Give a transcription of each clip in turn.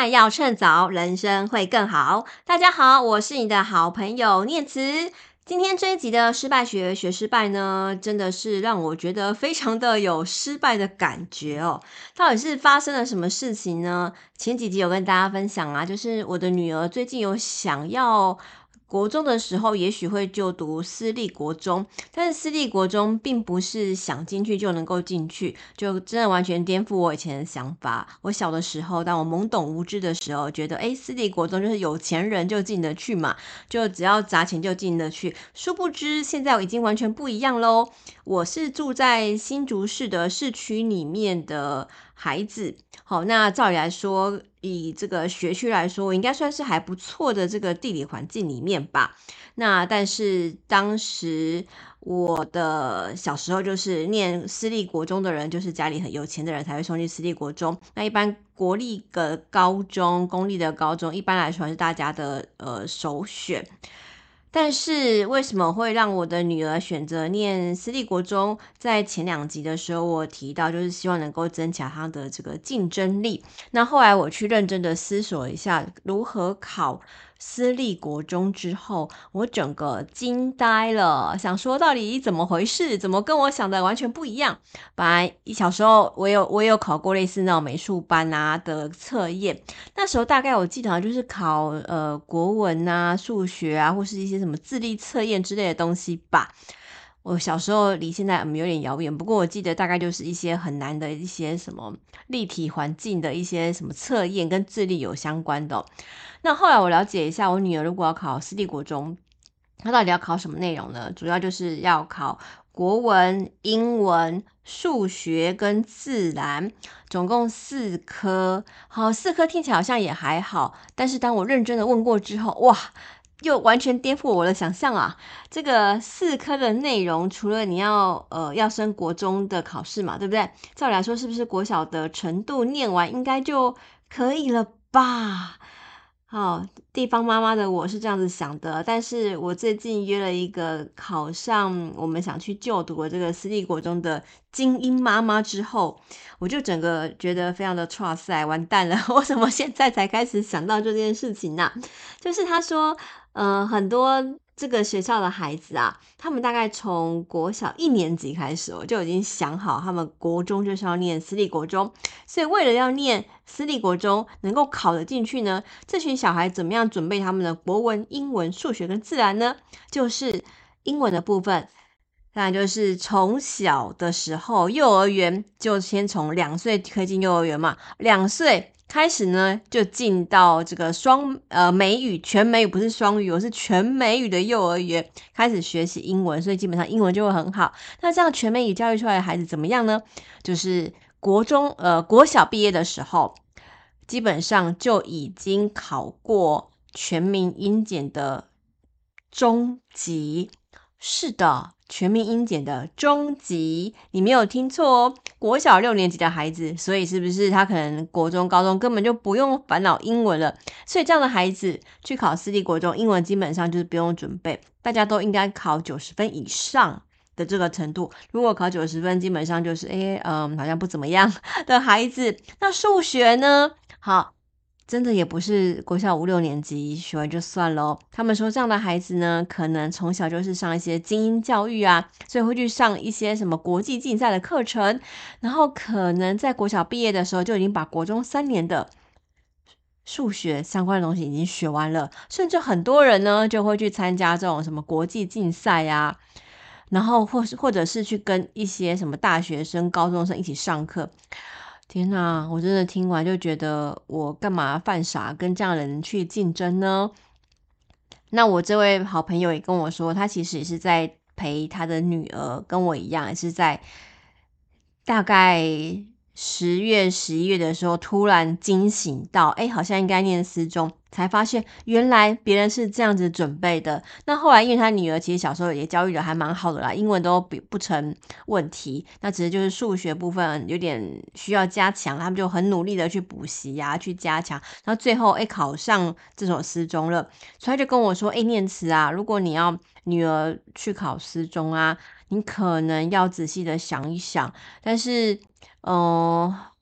爱要趁早，人生会更好。大家好，我是你的好朋友念慈。今天这一集的失败学失败呢，真的是让我觉得非常的有失败的感觉哦。到底是发生了什么事情呢？前几集有跟大家分享啊，就是我的女儿最近有想要国中的时候也许会就读私立国中，但是私立国中并不是想进去就能够进去，就真的完全颠覆我以前的想法。我小的时候，当我懵懂无知的时候，觉得私立国中就是有钱人就进得去嘛，就只要砸钱就进得去。殊不知现在已经完全不一样咯。我是住在新竹市的市区里面的孩子，好，那照理来说，以这个学区来说，我应该算是还不错的这个地理环境里面吧。那但是当时我的小时候就是念私立国中的人，就是家里很有钱的人才会送去私立国中。那一般国立的高中、公立的高中，一般来说是大家的首选。但是为什么会让我的女儿选择念私立国中？在前2集的时候我提到，就是希望能够增强她的这个竞争力。那后来我去认真的思索一下如何考私立国中之后，我整个惊呆了，想说到底怎么回事？怎么跟我想的完全不一样？本来小时候我有考过类似那种美术班啊的测验，那时候大概我记得好像就是考国文啊、数学啊，或是一些什么智力测验之类的东西吧。我小时候离现在有点遥远，不过我记得大概就是一些很难的一些什么立体环境的一些什么测验跟智力有相关的那后来我了解一下，我女儿如果要考私立国中，她到底要考什么内容呢？主要就是要考国文、英文、数学跟自然，总共4科。好，4科听起来好像也还好，但是当我认真的问过之后，哇，又完全颠覆我的想象啊！这个4科的内容，除了你要升国中的考试嘛，对不对？照理来说，是不是国小的程度念完应该就可以了吧？好，地方妈妈的我是这样子想的，但是我最近约了一个考上我们想去就读的这个私立国中的精英妈妈之后，我就整个觉得非常的挫赛，完蛋了，我怎么现在才开始想到这件事情呢？就是他说很多这个学校的孩子啊，他们大概从国小1年级开始，我就已经想好他们国中就是要念私立国中，所以为了要念私立国中能够考得进去呢，这群小孩怎么样准备他们的国文、英文、数学跟自然呢？就是英文的部分，当然就是从小的时候幼儿园就先从2岁可以进幼儿园嘛，2岁开始呢就进到这个美语全美语，不是双语，我是全美语的幼儿园开始学习英文，所以基本上英文就会很好。那这样全美语教育出来的孩子怎么样呢？就是国小毕业的时候，基本上就已经考过全民英检的中级。是的，全民英检的中级，你没有听错哦，国小6年级的孩子，所以是不是他可能国中、高中根本就不用烦恼英文了？所以这样的孩子去考私立国中，英文基本上就是不用准备，大家都应该考90分以上的这个程度。如果考90分，基本上就是好像不怎么样的孩子。那数学呢？好。真的也不是国小5、6年级学完就算了他们说这样的孩子呢，可能从小就是上一些精英教育啊，所以会去上一些什么国际竞赛的课程，然后可能在国小毕业的时候就已经把国中3年的数学相关的东西已经学完了，甚至很多人呢就会去参加这种什么国际竞赛啊，然后或者是去跟一些什么大学生、高中生一起上课。天哪，我真的听完就觉得我干嘛犯傻跟这样的人去竞争呢？那我这位好朋友也跟我说，他其实也是在陪他的女儿，跟我一样，也是在大概10月、11月的时候突然惊醒到，好像应该念私中，才发现原来别人是这样子准备的。那后来因为他女儿其实小时候也教育的还蛮好的啦，英文都不成问题，那只是就是数学部分有点需要加强，他们就很努力的去补习啊，去加强，然后最后考上这所私中了。所以他就跟我说，念慈啊，如果你要女儿去考私中啊，你可能要仔细的想一想，但是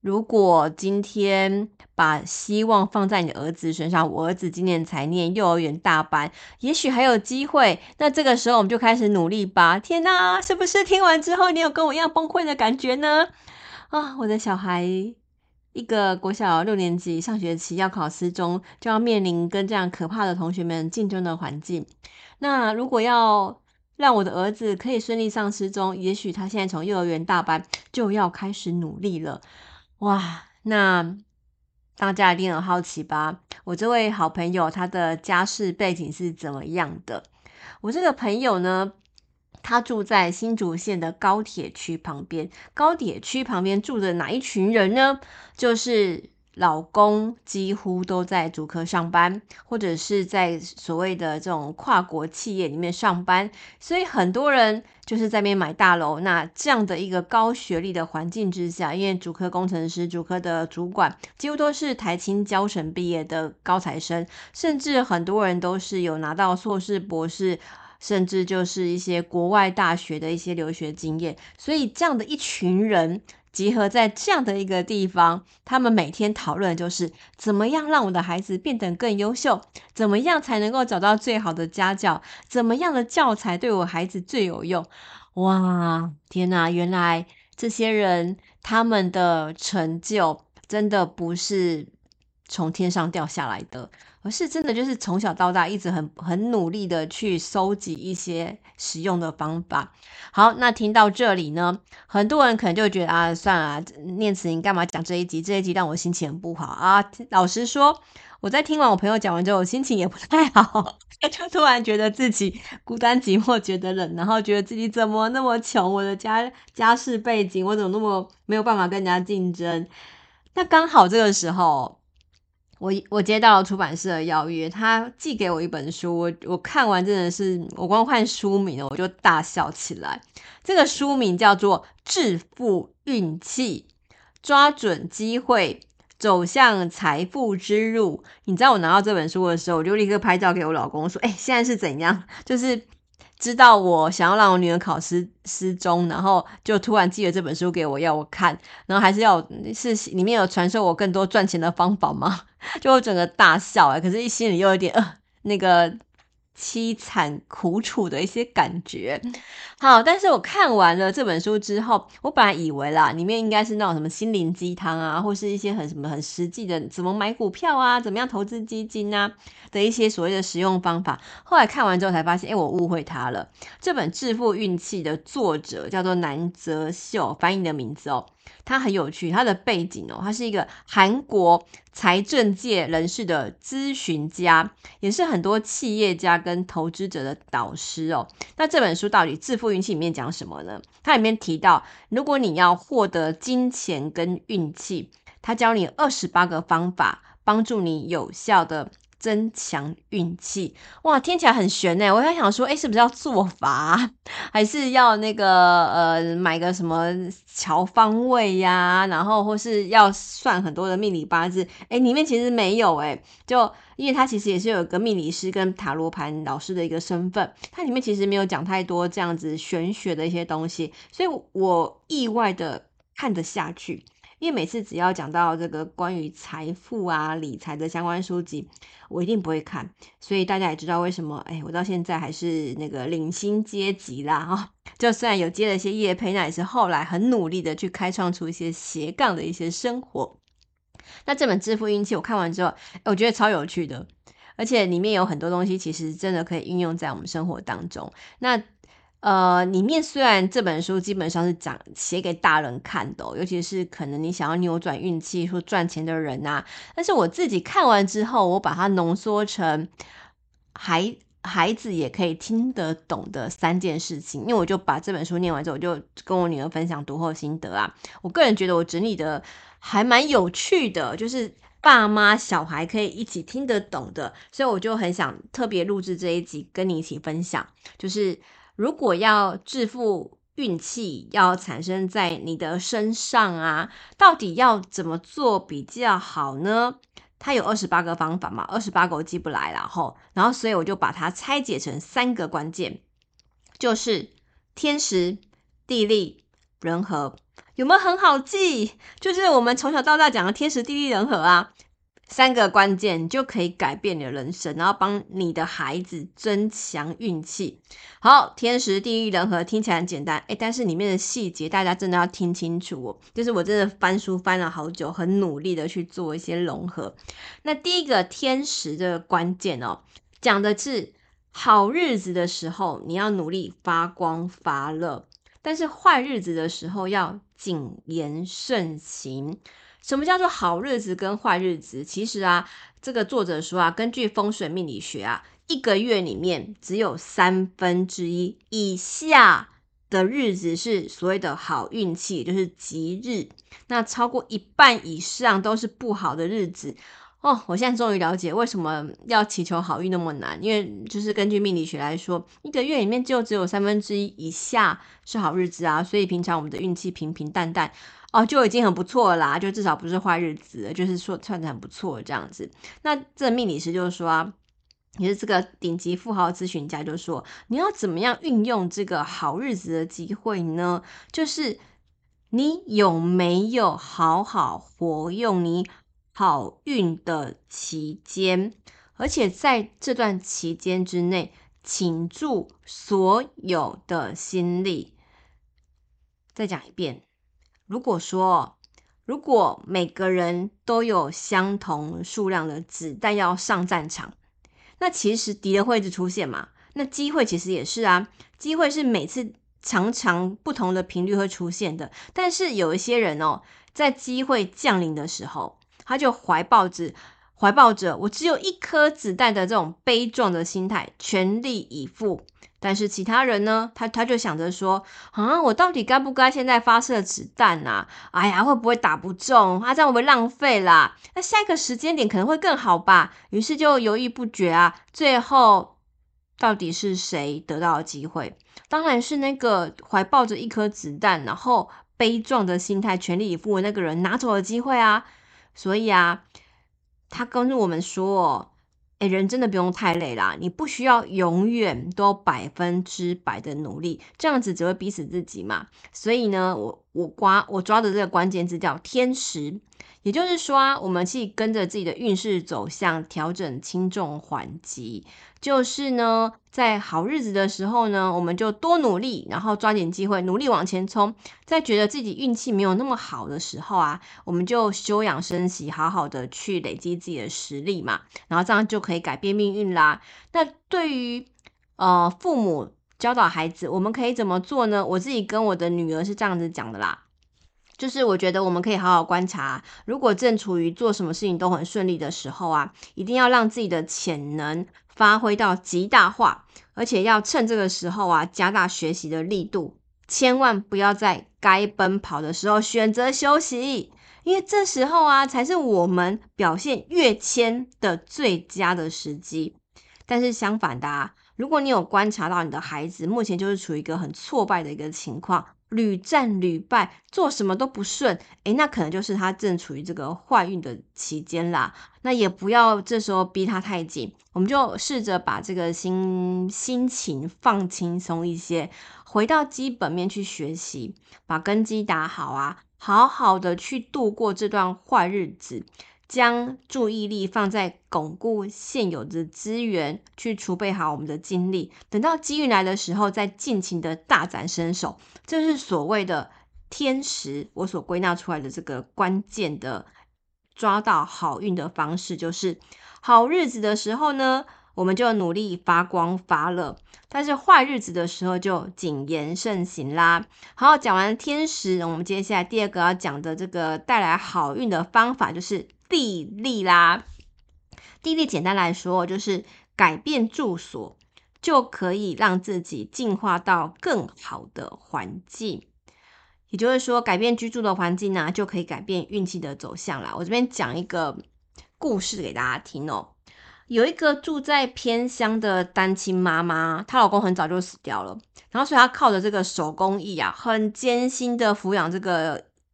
如果今天把希望放在你的儿子身上，我儿子今年才念幼儿园大班，也许还有机会，那这个时候我们就开始努力吧。天哪，是不是听完之后你有跟我一样崩溃的感觉呢？我的小孩一个国小6年级上学期要考私中，就要面临跟这样可怕的同学们竞争的环境。那如果要让我的儿子可以顺利上私中，也许他现在从幼儿园大班就要开始努力了。哇，那大家一定很好奇吧？我这位好朋友他的家世背景是怎么样的？我这个朋友呢，他住在新竹县的高铁区旁边。高铁区旁边住着哪一群人呢？就是老公几乎都在竹科上班，或者是在所谓的这种跨国企业里面上班，所以很多人就是在那边买大楼。那这样的一个高学历的环境之下，因为竹科工程师、竹科的主管几乎都是台清交成毕业的高材生，甚至很多人都是有拿到硕士、博士，甚至就是一些国外大学的一些留学经验。所以这样的一群人集合在这样的一个地方，他们每天讨论的就是怎么样让我的孩子变得更优秀，怎么样才能够找到最好的家教，怎么样的教材对我孩子最有用。哇，天哪，原来这些人他们的成就真的不是从天上掉下来的，而是真的就是从小到大一直很努力的去收集一些实用的方法。好，那听到这里呢，很多人可能就觉得算了念慈你干嘛讲这一集？这一集让我心情很不好啊。老实说，我在听完我朋友讲完之后，我心情也不太好，就突然觉得自己孤单寂寞，觉得冷，然后觉得自己怎么那么穷，我的家世背景，我怎么那么没有办法跟人家竞争？那刚好这个时候，我接到了出版社的邀约，他寄给我一本书，我看完真的是，我光看书名了我就大笑起来。这个书名叫做《致富运气》，抓准机会走向财富之路。你知道我拿到这本书的时候，我就立刻拍照给我老公说：“现在是怎样？就是知道我想要让我女儿考私中，然后就突然寄了这本书给我，要我看，然后还是里面有传授我更多赚钱的方法吗？”就我整个大笑可是心里又有点那个凄惨苦楚的一些感觉。好，但是我看完了这本书之后，我本来以为啦，里面应该是那种什么心灵鸡汤啊，或是一些很实际的，怎么买股票啊，怎么样投资基金啊的一些所谓的实用方法。后来看完之后才发现，我误会它了。这本《致富运气》的作者叫做南泽秀，翻译的名字他很有趣，他的背景他是一个韩国财政界人士的咨询家，也是很多企业家跟投资者的导师那这本书到底《致富运气》里面讲什么呢？它里面提到，如果你要获得金钱跟运气，他教你28个方法，帮助你有效的增强运气。哇，听起来很玄我在想说，是不是要做法还是要那个买个什么乔方位呀，然后或是要算很多的命理八字？里面其实没有就因为他其实也是有一个命理师跟塔罗盘老师的一个身份，它里面其实没有讲太多这样子玄学的一些东西，所以我意外的看得下去。因为每次只要讲到这个关于财富理财的相关书籍，我一定不会看，所以大家也知道为什么我到现在还是那个领薪阶级啦就虽然有接了一些业配，那也是后来很努力的去开创出一些斜杠的一些生活。那这本《致富运气》我看完之后我觉得超有趣的，而且里面有很多东西其实真的可以运用在我们生活当中。那里面虽然这本书基本上是写给大人看的尤其是可能你想要扭转运气或赚钱的人但是我自己看完之后，我把它浓缩成孩子也可以听得懂的3件事情。因为我就把这本书念完之后，我就跟我女儿分享读后心得我个人觉得我整理的还蛮有趣的，就是爸妈小孩可以一起听得懂的，所以我就很想特别录制这一集跟你一起分享，就是如果要致富运气要产生在你的身上到底要怎么做比较好呢？它有28个方法嘛，28个我记不来啦然后所以我就把它拆解成3个关键，就是天时、地利、人和。 有没有很好记？就是我们从小到大讲的天时地利人和啊，3个关键就可以改变你的人生，然后帮你的孩子增强运气。好，天时地利人和听起来很简单，但是里面的细节大家真的要听清楚哦。就是我真的翻书翻了好久，很努力的去做一些融合。那第一个天时的关键哦，讲的是好日子的时候，你要努力发光发热。但是坏日子的时候要谨言慎行。什么叫做好日子跟坏日子？其实啊，这个作者说啊，根据风水命理学啊，一个月里面只有1/3以下的日子是所谓的好运气，也就是吉日。那超过一半以上都是不好的日子。我现在终于了解为什么要祈求好运那么难，因为就是根据命理学来说，一个月里面就只有1/3以下是好日子啊，所以平常我们的运气平平淡淡就已经很不错了啦，就至少不是坏日子了，就是说算得很不错这样子。那这命理师就是说啊，也是这个顶级富豪咨询家就说，你要怎么样运用这个好日子的机会呢？就是你有没有好好活用你好运的期间，而且在这段期间之内倾注所有的心力。再讲一遍，如果每个人都有相同数量的子弹要上战场，那其实敌人会一直出现嘛，那机会其实也是啊，机会是每次常常不同的频率会出现的，但是有一些人在机会降临的时候，他就怀抱着我只有1颗子弹的这种悲壮的心态，全力以赴。但是其他人呢，他就想着说我到底该不该现在发射子弹啊？哎呀，会不会打不中？这样会不会浪费啦？那下一个时间点可能会更好吧？于是就犹豫不决啊。最后到底是谁得到了机会？当然是那个怀抱着1颗子弹，然后悲壮的心态，全力以赴的那个人拿走了机会啊。所以啊，他跟我们说人真的不用太累啦，你不需要永远都100%的努力，这样子只会逼死自己嘛。所以呢，我抓的这个关键字叫天时，也就是说我们去跟着自己的运势走向调整轻重缓急。就是呢，在好日子的时候呢，我们就多努力，然后抓紧机会，努力往前冲。在觉得自己运气没有那么好的时候啊，我们就休养生息，好好的去累积自己的实力嘛，然后这样就可以改变命运啦。那对于父母教导孩子，我们可以怎么做呢？我自己跟我的女儿是这样子讲的啦。就是我觉得我们可以好好观察，如果正处于做什么事情都很顺利的时候啊，一定要让自己的潜能发挥到极大化，而且要趁这个时候啊，加大学习的力度，千万不要在该奔跑的时候选择休息，因为这时候啊，才是我们表现跃迁的最佳的时机。但是相反的啊，如果你有观察到你的孩子目前就是处于一个很挫败的一个情况，屡战屡败，做什么都不顺，那可能就是他正处于这个坏运的期间啦。那也不要这时候逼他太紧，我们就试着把这个心情放轻松一些，回到基本面去学习，把根基打好啊，好好的去度过这段坏日子，将注意力放在巩固现有的资源，去储备好我们的精力，等到机遇来的时候再尽情的大展身手。这是所谓的天时，我所归纳出来的这个关键的抓到好运的方式，就是好日子的时候呢，我们就努力发光发热，但是坏日子的时候就谨言慎行啦。好，讲完天时，我们接下来第2个要讲的这个带来好运的方法就是地利啦。地利简单来说就是改变住所，就可以让自己进化到更好的环境。也就是说，改变居住的环境就可以改变运气的走向啦。我这边讲一个故事给大家听有一个住在偏乡的单亲妈妈，她老公很早就死掉了，然后所以她靠着这个手工艺很艰辛的抚养这个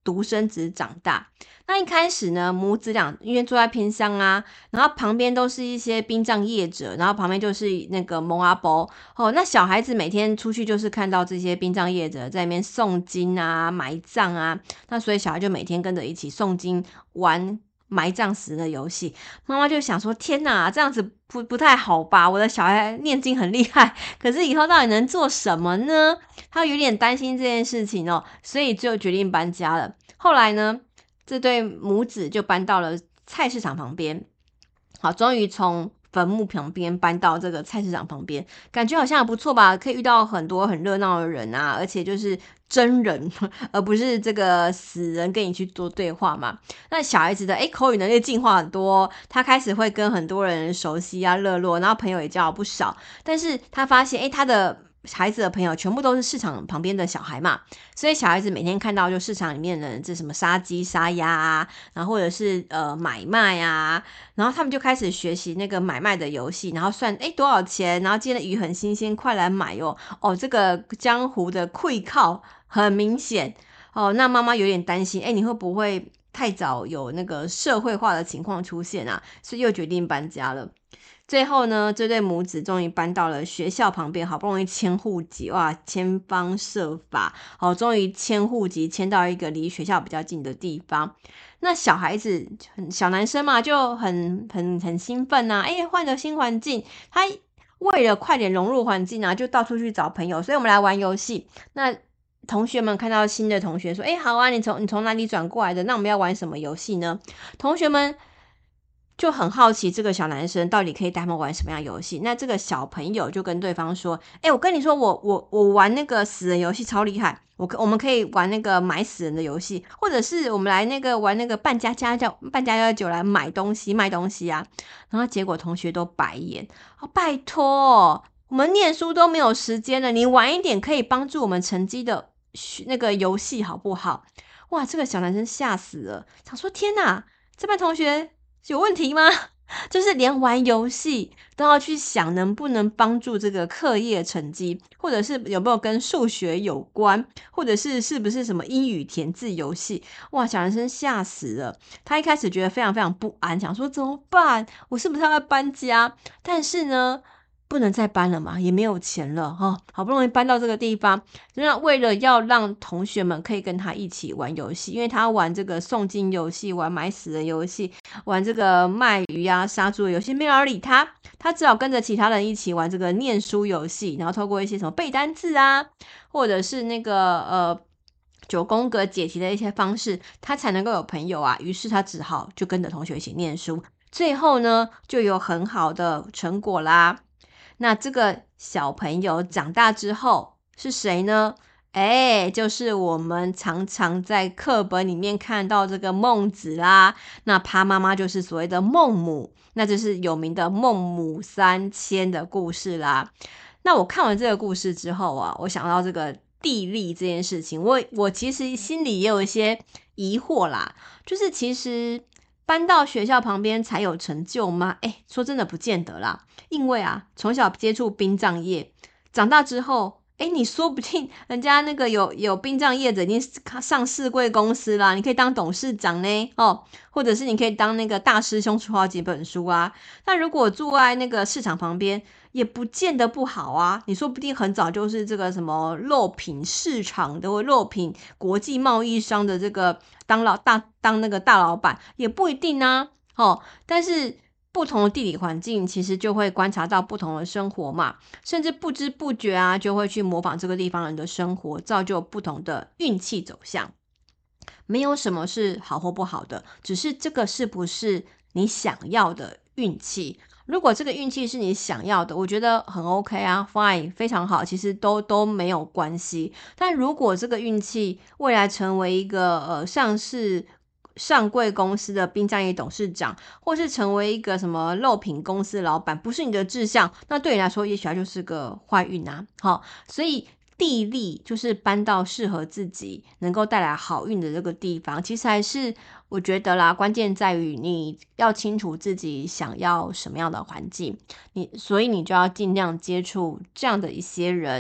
独生子长大。那一开始呢，母子俩因为住在偏乡啊，然后旁边都是一些殡葬业者，然后旁边就是那个蒙阿伯那小孩子每天出去就是看到这些殡葬业者在那边诵经啊、埋葬啊，那所以小孩就每天跟着一起诵经、玩埋葬时的游戏。妈妈就想说，天哪，这样子不太好吧，我的小孩念经很厉害，可是以后到底能做什么呢？他有点担心这件事情所以就决定搬家了。后来呢，这对母子就搬到了菜市场旁边。好，终于从坟墓旁边搬到这个菜市场旁边，感觉好像还不错吧，可以遇到很多很热闹的人啊，而且就是真人而不是这个死人跟你去做对话嘛。那小孩子的口语能力进化很多，他开始会跟很多人熟悉啊、热络，然后朋友也交了不少。但是他发现他的孩子的朋友全部都是市场旁边的小孩嘛，所以小孩子每天看到就市场里面的人，这什么杀鸡杀鸭啊，然后或者是买卖啊，然后他们就开始学习那个买卖的游戏，然后算多少钱，然后今天的鱼很新鲜，快来买这个江湖的愧靠很明显那妈妈有点担心你会不会太早有那个社会化的情况出现啊，所以又决定搬家了。最后呢，这对母子终于搬到了学校旁边，好不容易迁户籍，哇，千方设法，终于迁户籍，迁到一个离学校比较近的地方。那小孩子，小男生嘛，就很兴奋啊，换了新环境，他为了快点融入环境啊，就到处去找朋友，所以我们来玩游戏。那同学们看到新的同学说，好啊，你从哪里转过来的？那我们要玩什么游戏呢？同学们就很好奇这个小男生到底可以带他们玩什么样的游戏。那这个小朋友就跟对方说，我跟你说，我玩那个死人游戏超厉害，我们可以玩那个买死人的游戏，或者是我们来那个玩那个扮家家酒来买东西卖东西啊。然后结果同学都白眼，拜托，我们念书都没有时间了，你玩一点可以帮助我们成绩的那个游戏好不好？哇，这个小男生吓死了，想说天哪，这班同学有问题吗？就是连玩游戏都要去想能不能帮助这个课业成绩，或者是有没有跟数学有关，或者是不是什么英语填字游戏。哇，小男生吓死了，他一开始觉得非常非常不安，想说怎么办，我是不是要搬家？但是呢不能再搬了嘛，也没有钱了好不容易搬到这个地方，那为了要让同学们可以跟他一起玩游戏，因为他玩这个诵经游戏，玩买死人游戏，玩这个卖鱼啊杀猪的游戏，没有人理他，他只好跟着其他人一起玩这个念书游戏，然后透过一些什么背单字啊，或者是那个9宫格解题的一些方式，他才能够有朋友啊。于是他只好就跟着同学一起念书，最后呢就有很好的成果啦。那这个小朋友长大之后是谁呢？就是我们常常在课本里面看到这个孟子啦，那他妈妈就是所谓的孟母，那就是有名的孟母3000的故事啦。那我看完这个故事之后啊，我想到这个地利这件事情，我其实心里也有一些疑惑啦，就是其实搬到学校旁边才有成就吗？说真的不见得啦，因为啊，从小接触殡葬业，长大之后你说不定人家那个有殡葬业者已经上市贵公司啦，你可以当董事长呢或者是你可以当那个大师兄出好几本书啊。那如果住在那个市场旁边也不见得不好啊，你说不定很早就是这个什么肉品市场的或肉品国际贸易商的这个当那个大老板也不一定啊但是不同的地理环境其实就会观察到不同的生活嘛，甚至不知不觉啊就会去模仿这个地方人的生活，造就不同的运气走向。没有什么是好或不好的，只是这个是不是你想要的运气。如果这个运气是你想要的，我觉得很 OK 啊 fine 非常好，其实都没有关系。但如果这个运气未来成为一个上市上柜公司的殡葬业董事长，或是成为一个什么肉品公司老板，不是你的志向，那对你来说也许它就是个坏运啊所以地利就是搬到适合自己能够带来好运的这个地方，其实还是我觉得啦，关键在于你要清楚自己想要什么样的环境，所以你就要尽量接触这样的一些人，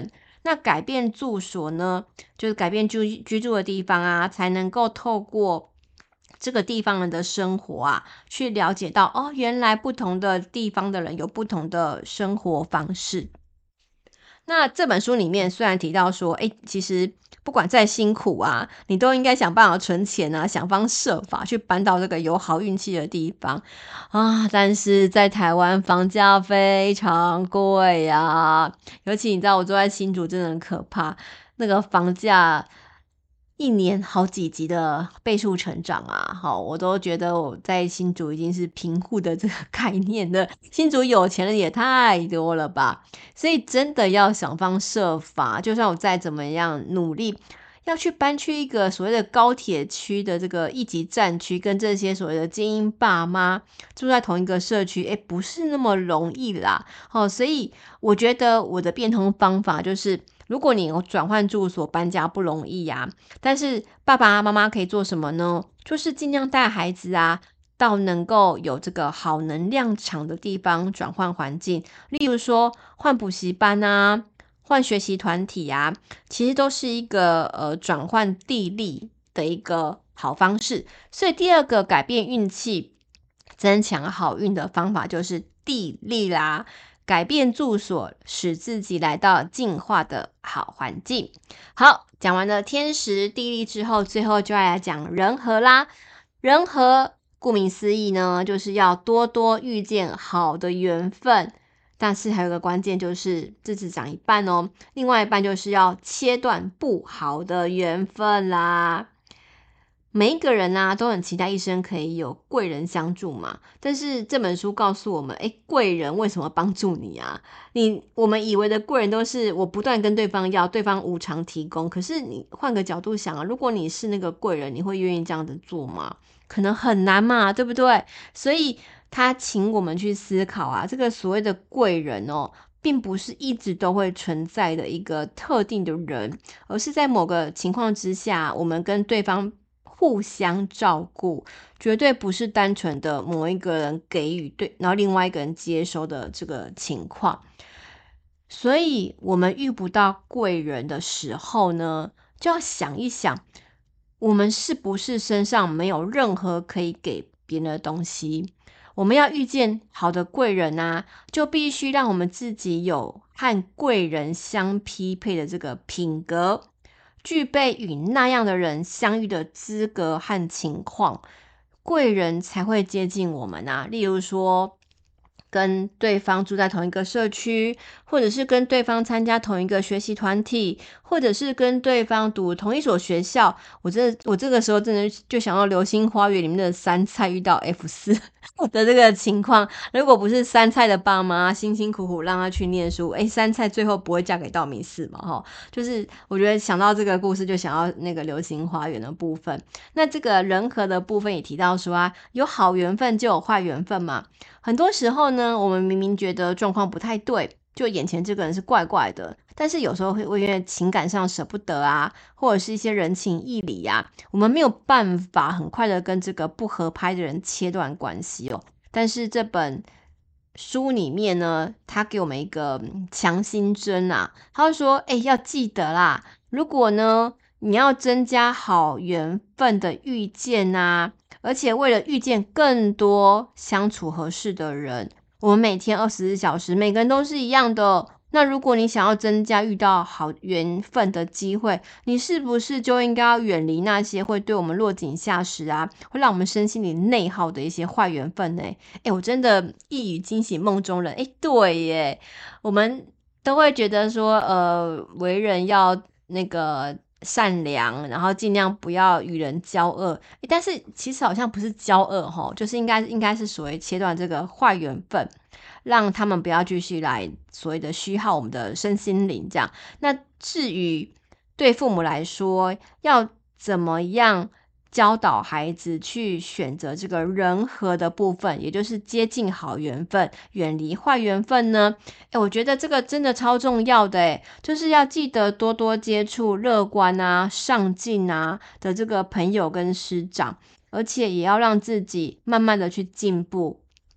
那改变住所呢，就是改变居住的地方啊，才能够透过这个地方人的生活啊，去了解到原来不同的地方的人有不同的生活方式。那这本书里面虽然提到说，其实不管再辛苦啊，你都应该想办法存钱啊，想方设法去搬到这个有好运气的地方啊。但是在台湾房价非常贵啊，尤其你知道我住在新竹真的很可怕，那个房价一年好几级的倍数成长啊，我都觉得我在新竹已经是贫户的这个概念了，新竹有钱人也太多了吧。所以真的要想方设法，就算我再怎么样努力，要去搬去一个所谓的高铁区的这个一级战区，跟这些所谓的精英爸妈住在同一个社区，不是那么容易啦。所以我觉得我的变通方法就是，如果你有转换住所搬家不容易啊，但是爸爸妈妈可以做什么呢？就是尽量带孩子啊到能够有这个好能量场的地方转换环境，例如说换补习班啊，换学习团体啊，其实都是一个转换地利的一个好方式。所以第二个改变运气、增强好运的方法就是地利啦，改变住所，使自己来到进化的好环境。好，讲完了天时地利之后，最后就要来讲人和啦。人和顾名思义呢，就是要多多遇见好的缘分，但是还有个关键就是这只讲一半哦，另外一半就是要切断不好的缘分啦。每一个人啊都很期待一生可以有贵人相助嘛，但是这本书告诉我们，贵人为什么帮助你啊？我们以为的贵人都是我不断跟对方要，对方无偿提供，可是你换个角度想啊，如果你是那个贵人，你会愿意这样子做吗？可能很难嘛，对不对？所以他请我们去思考啊，这个所谓的贵人并不是一直都会存在的一个特定的人，而是在某个情况之下，我们跟对方互相照顾，绝对不是单纯的某一个人给予然后另外一个人接收的这个情况。所以我们遇不到贵人的时候呢，就要想一想，我们是不是身上没有任何可以给别人的东西。我们要遇见好的贵人啊，就必须让我们自己有和贵人相匹配的这个品格，具备与那样的人相遇的资格和情况，贵人才会接近我们啊。例如说跟对方住在同一个社区，或者是跟对方参加同一个学习团体，或者是跟对方读同一所学校。我这个时候真的就想到《流星花园》里面的杉菜遇到 F4 的这个情况，如果不是杉菜的爸妈辛辛苦苦让他去念书，杉菜最后不会嫁给道明寺嘛，就是我觉得想到这个故事就想到那个流星花园的部分。那这个人和的部分也提到说啊，有好缘分就有坏缘分嘛。很多时候呢，我们明明觉得状况不太对，就眼前这个人是怪怪的，但是有时候会因为情感上舍不得啊，或者是一些人情义理啊，我们没有办法很快的跟这个不合拍的人切断关系哦。但是这本书里面呢，他给我们一个强心针啊，他会说要记得啦，如果呢你要增加好缘分的遇见啊，而且为了遇见更多相处合适的人，我们每天24小时每个人都是一样的。那如果你想要增加遇到好缘分的机会，你是不是就应该要远离那些会对我们落井下石啊，会让我们身心里内耗的一些坏缘分呢？我真的一语惊醒梦中人。对耶，我们都会觉得说为人要那个善良，然后尽量不要与人交恶，但是其实好像不是交恶就是应该是所谓切断这个坏缘分，让他们不要继续来所谓的虚耗我们的身心灵这样。那至于对父母来说，要怎么样教导孩子去选择这个人和的部分，也就是接近好缘分，远离坏缘分呢？我觉得这个真的超重要的就是要记得多多接触乐观啊、上进啊的这个朋友跟师长，而且也要让自己慢慢的去进步，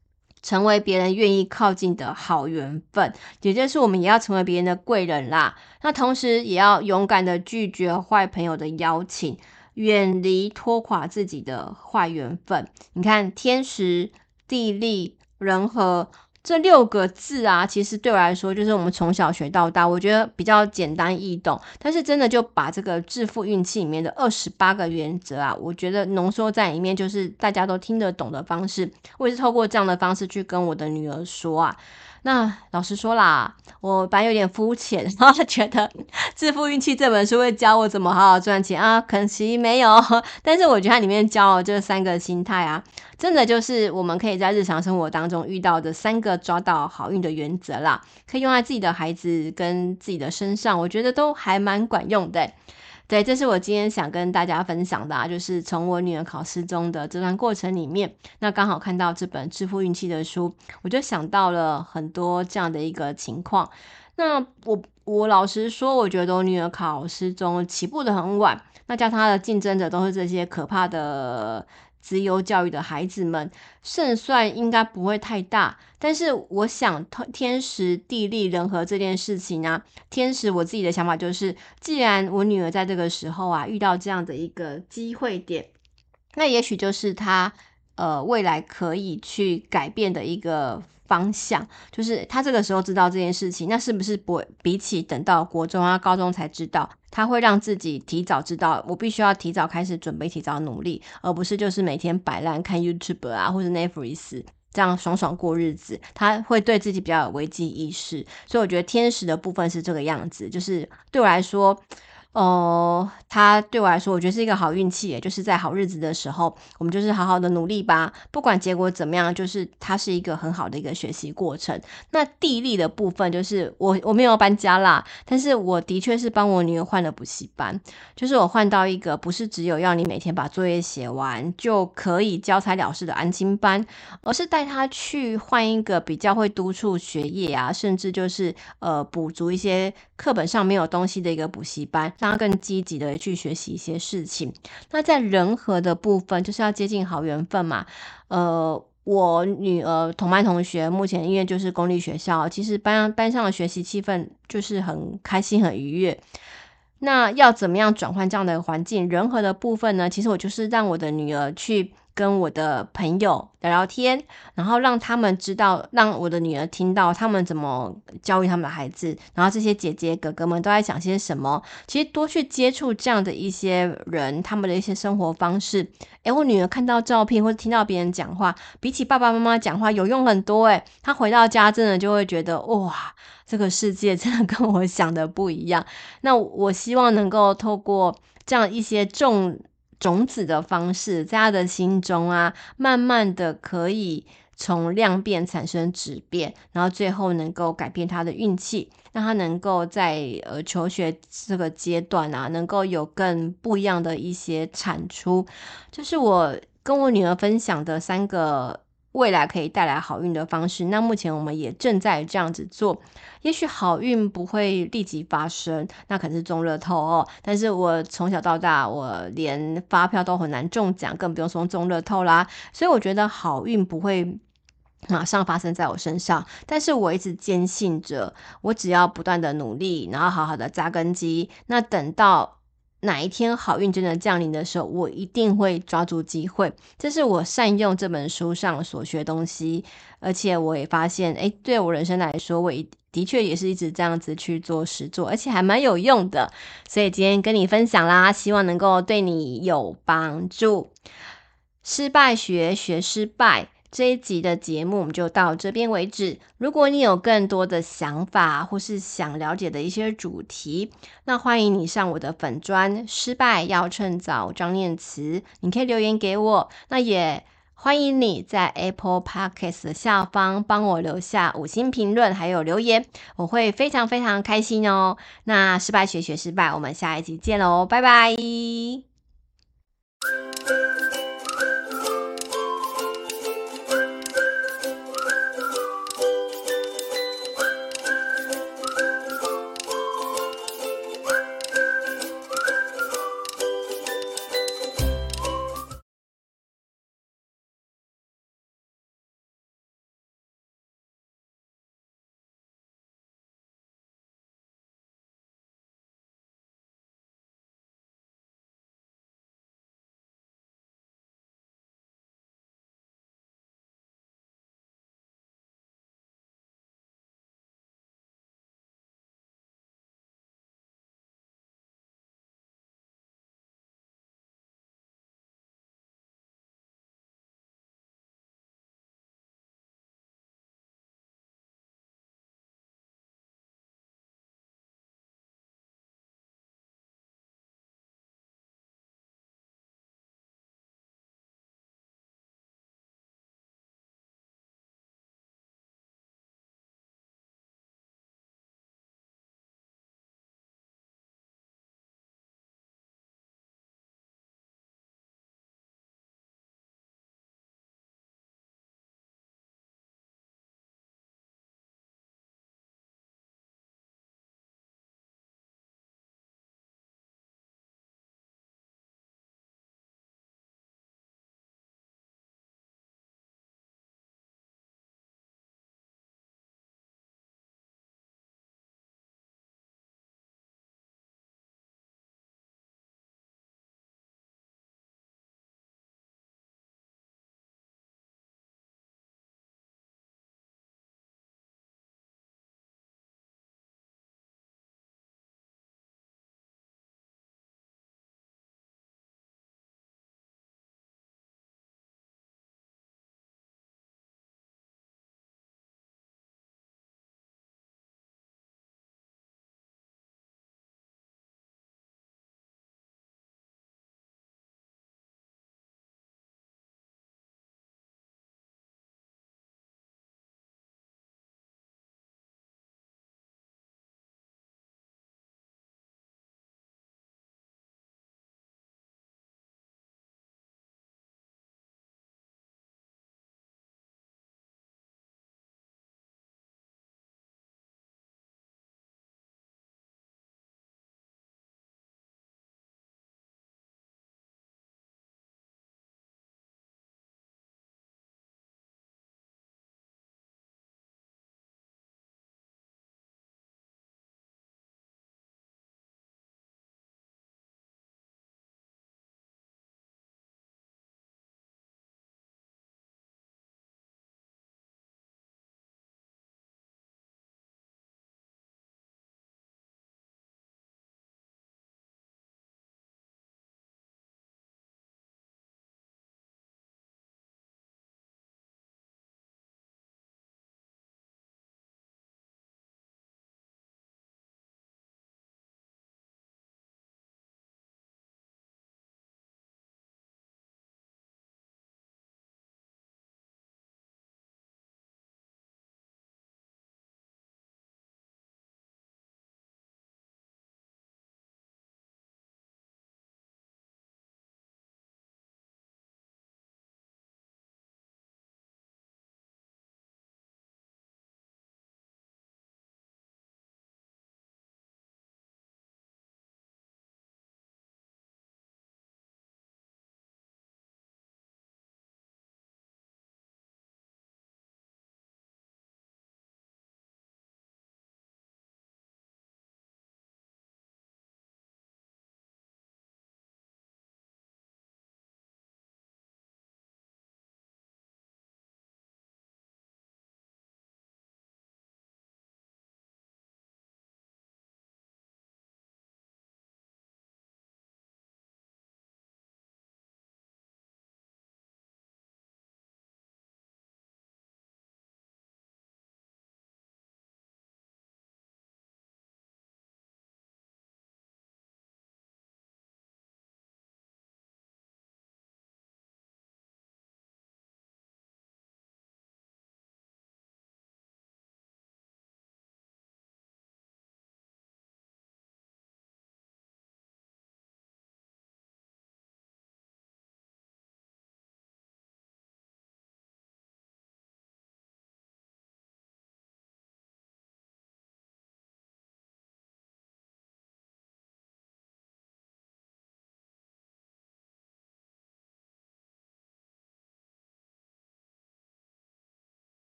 成为别人愿意靠近的好缘分，也就是我们也要成为别人的贵人啦。那同时也要勇敢的拒绝坏朋友的邀请，远离拖垮自己的坏缘分。你看天时地利人和这6个字啊，其实对我来说就是我们从小学到大，我觉得比较简单易懂，但是真的就把这个致富运气里面的28个原则啊，我觉得浓缩在里面，就是大家都听得懂的方式。我也是透过这样的方式去跟我的女儿说啊。那老实说啦，我本来有点肤浅，然后觉得致富运气这本书会教我怎么好好赚钱啊，可惜没有。但是我觉得它里面教的这3个心态啊，真的就是我们可以在日常生活当中遇到的3个抓到好运的原则啦，可以用在自己的孩子跟自己的身上，我觉得都还蛮管用的。对，这是我今天想跟大家分享的就是从我女儿考试中的这段过程里面，那刚好看到这本致富运气的书，我就想到了很多这样的一个情况。那我老实说，我觉得我女儿考试中起步的很晚，那加上她的竞争者都是这些可怕的资优教育的孩子们，胜算应该不会太大。但是我想天时地利人和这件事情啊，天时我自己的想法就是，既然我女儿在这个时候啊遇到这样的一个机会点，那也许就是她未来可以去改变的一个方向，就是他这个时候知道这件事情，那是不是不比起等到国中啊高中才知道，他会让自己提早知道我必须要提早开始准备，提早努力，而不是就是每天摆烂看 YouTube 啊或者 Netflix 这样爽爽过日子，他会对自己比较有危机意识。所以我觉得天时的部分是这个样子，就是对我来说他对我来说我觉得是一个好运气耶，就是在好日子的时候我们就是好好的努力吧，不管结果怎么样，就是它是一个很好的一个学习过程。那地利的部分就是我没有搬家啦，但是我的确是帮我女儿换了补习班，就是我换到一个不是只有要你每天把作业写完就可以交差了事的安亲班，而是带她去换一个比较会督促学业啊，甚至就是补足一些课本上没有东西的一个补习班，让她更积极的去学习一些事情。那在人和的部分就是要接近好缘分嘛，我女儿同班同学目前因为就是公立学校，其实班上的学习气氛就是很开心很愉悦。那要怎么样转换这样的环境？人和的部分呢，其实我就是让我的女儿去跟我的朋友聊聊天，然后让他们知道，让我的女儿听到他们怎么教育他们的孩子，然后这些姐姐哥哥们都在讲些什么。其实多去接触这样的一些人，他们的一些生活方式，我女儿看到照片或者听到别人讲话，比起爸爸妈妈讲话有用很多。她回到家真的就会觉得哇，这个世界真的跟我想的不一样。那我希望能够透过这样一些种子的方式，在他的心中啊，慢慢的可以从量变产生质变，然后最后能够改变他的运气，让他能够在求学这个阶段啊，能够有更不一样的一些产出。这是我跟我女儿分享的3个未来可以带来好运的方式，那目前我们也正在这样子做。也许好运不会立即发生，那可能是中乐透哦，但是我从小到大我连发票都很难中奖，更不用说中乐透啦，所以我觉得好运不会马上发生在我身上，但是我一直坚信着，我只要不断的努力，然后好好的扎根基，那等到哪一天好运真的降临的时候，我一定会抓住机会。这是我善用这本书上所学的东西，而且我也发现对我人生来说，我的确也是一直这样子去做实做，而且还蛮有用的。所以今天跟你分享啦，希望能够对你有帮助。失败学失败，这一集的节目我们就到这边为止。如果你有更多的想法或是想了解的一些主题，那欢迎你上我的粉专失败要趁早张念慈，你可以留言给我。那也欢迎你在 Apple Podcast 的下方帮我留下5星评论还有留言，我会非常非常开心哦。那失败学失败，我们下一集见咯，拜拜。